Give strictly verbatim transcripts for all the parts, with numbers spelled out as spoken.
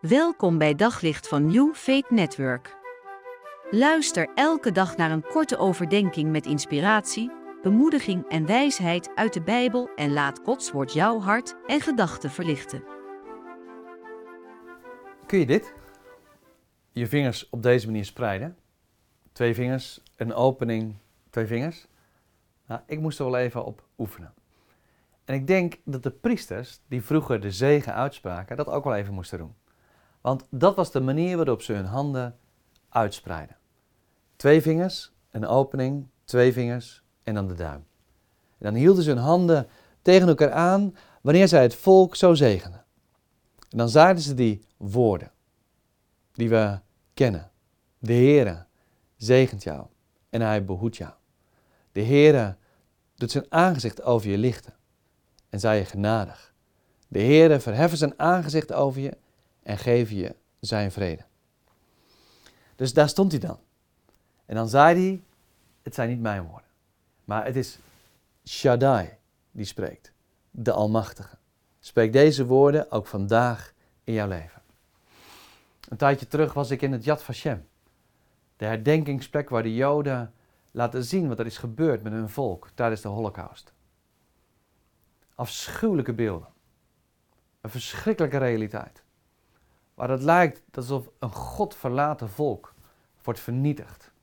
Welkom bij Daglicht van New Faith Network. Luister elke dag naar een korte overdenking met inspiratie, bemoediging en wijsheid uit de Bijbel en laat Gods woord jouw hart en gedachten verlichten. Kun je dit? Je vingers op deze manier spreiden. Twee vingers, een opening, twee vingers. Nou, ik moest er wel even op oefenen. En ik denk dat de priesters, die vroeger de zegen uitspraken, dat ook wel even moesten doen. Want dat was de manier waarop ze hun handen uitspreiden. Twee vingers, een opening, twee vingers en dan de duim. En dan hielden ze hun handen tegen elkaar aan wanneer zij het volk zo zegenden. En dan zeiden ze die woorden die we kennen. De Heere zegent jou en hij behoedt jou. De Heere doet zijn aangezicht over je lichten en zij je genadig. De Heere verheffen zijn aangezicht over je en geven je zijn vrede. Dus daar stond hij dan. En dan zei hij, het zijn niet mijn woorden, maar het is Shaddai die spreekt, de Almachtige. Spreek deze woorden ook vandaag in jouw leven. Een tijdje terug was ik in het Yad Vashem, de herdenkingsplek waar de Joden laten zien wat er is gebeurd met hun volk tijdens de Holocaust. Afschuwelijke beelden, een verschrikkelijke realiteit. Waar het lijkt alsof een godverlaten volk wordt vernietigd.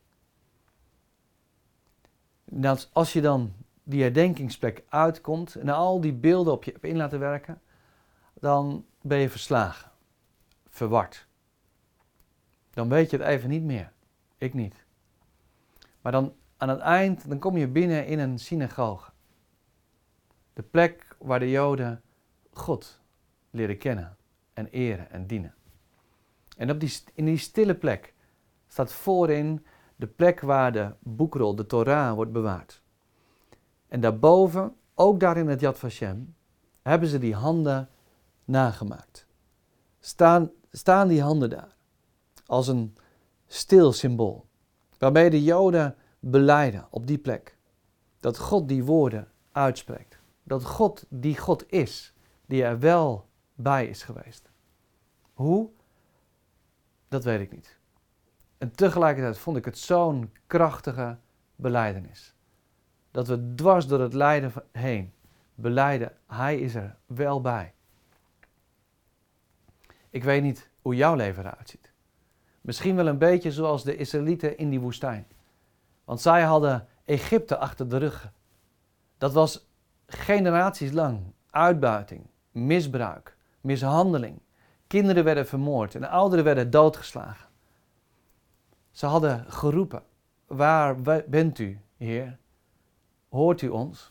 Nou, als je dan die herdenkingsplek uitkomt en al die beelden op je hebt in laten werken, dan ben je verslagen, verward. Dan weet je het even niet meer. Ik niet. Maar dan aan het eind, dan kom je binnen in een synagoge. De plek waar de Joden God leren kennen en eren en dienen. En op die, in die stille plek staat voorin de plek waar de boekrol, de Torah, wordt bewaard. En daarboven, ook daar in het Yad Vashem, hebben ze die handen nagemaakt. Staan, staan die handen daar als een stil symbool, waarmee de Joden belijden op die plek dat God die woorden uitspreekt. Dat God die God is, die er wel bij is geweest. Hoe? Dat weet ik niet. En tegelijkertijd vond ik het zo'n krachtige belijdenis. Dat we dwars door het lijden heen belijden, hij is er wel bij. Ik weet niet hoe jouw leven eruit ziet. Misschien wel een beetje zoals de Israëlieten in die woestijn. Want zij hadden Egypte achter de rug. Dat was generaties lang uitbuiting, misbruik, mishandeling. Kinderen werden vermoord en ouderen werden doodgeslagen. Ze hadden geroepen, waar bent u, Heer? Hoort u ons?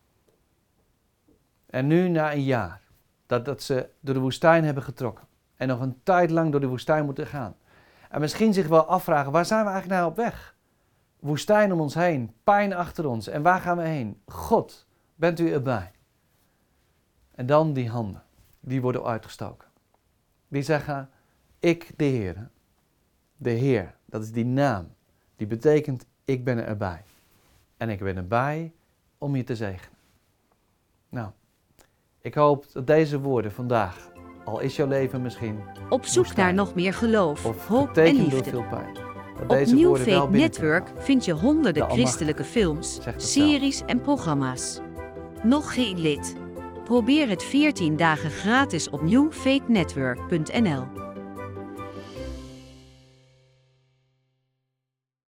En nu na een jaar, dat, dat ze door de woestijn hebben getrokken en nog een tijd lang door de woestijn moeten gaan. En misschien zich wel afvragen, waar zijn we eigenlijk nou op weg? Woestijn om ons heen, pijn achter ons. En waar gaan we heen? God, bent u erbij? En dan die handen, die worden uitgestoken. Die zeggen, ik de Heer. De Heer, dat is die naam. Die betekent, ik ben erbij. En ik ben erbij om je te zegenen. Nou, ik hoop dat deze woorden vandaag, al is jouw leven misschien Op zoek woestijn, naar nog meer geloof, of hoop en getekend door liefde. veel pijn, dat Op deze New woorden wel Faith binnenkomen. Network vind je honderden De Almachtige christelijke films, zegt het series en programma's. Nog geen lid? Probeer het veertien dagen gratis op new faith network punt n l.